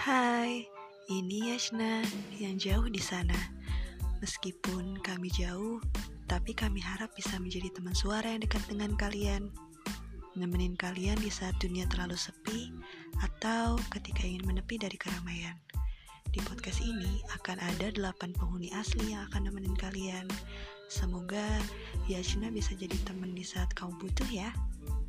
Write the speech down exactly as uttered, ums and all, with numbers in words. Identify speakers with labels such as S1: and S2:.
S1: Hai, ini Yashna yang jauh di sana. Meskipun kami jauh, tapi kami harap bisa menjadi teman suara yang dekat dengan kalian. Nemenin kalian di saat dunia terlalu sepi atau ketika ingin menepi dari keramaian. Di podcast ini akan ada delapan penghuni asli yang akan nemenin kalian. Semoga Yashna bisa jadi teman di saat kamu butuh ya.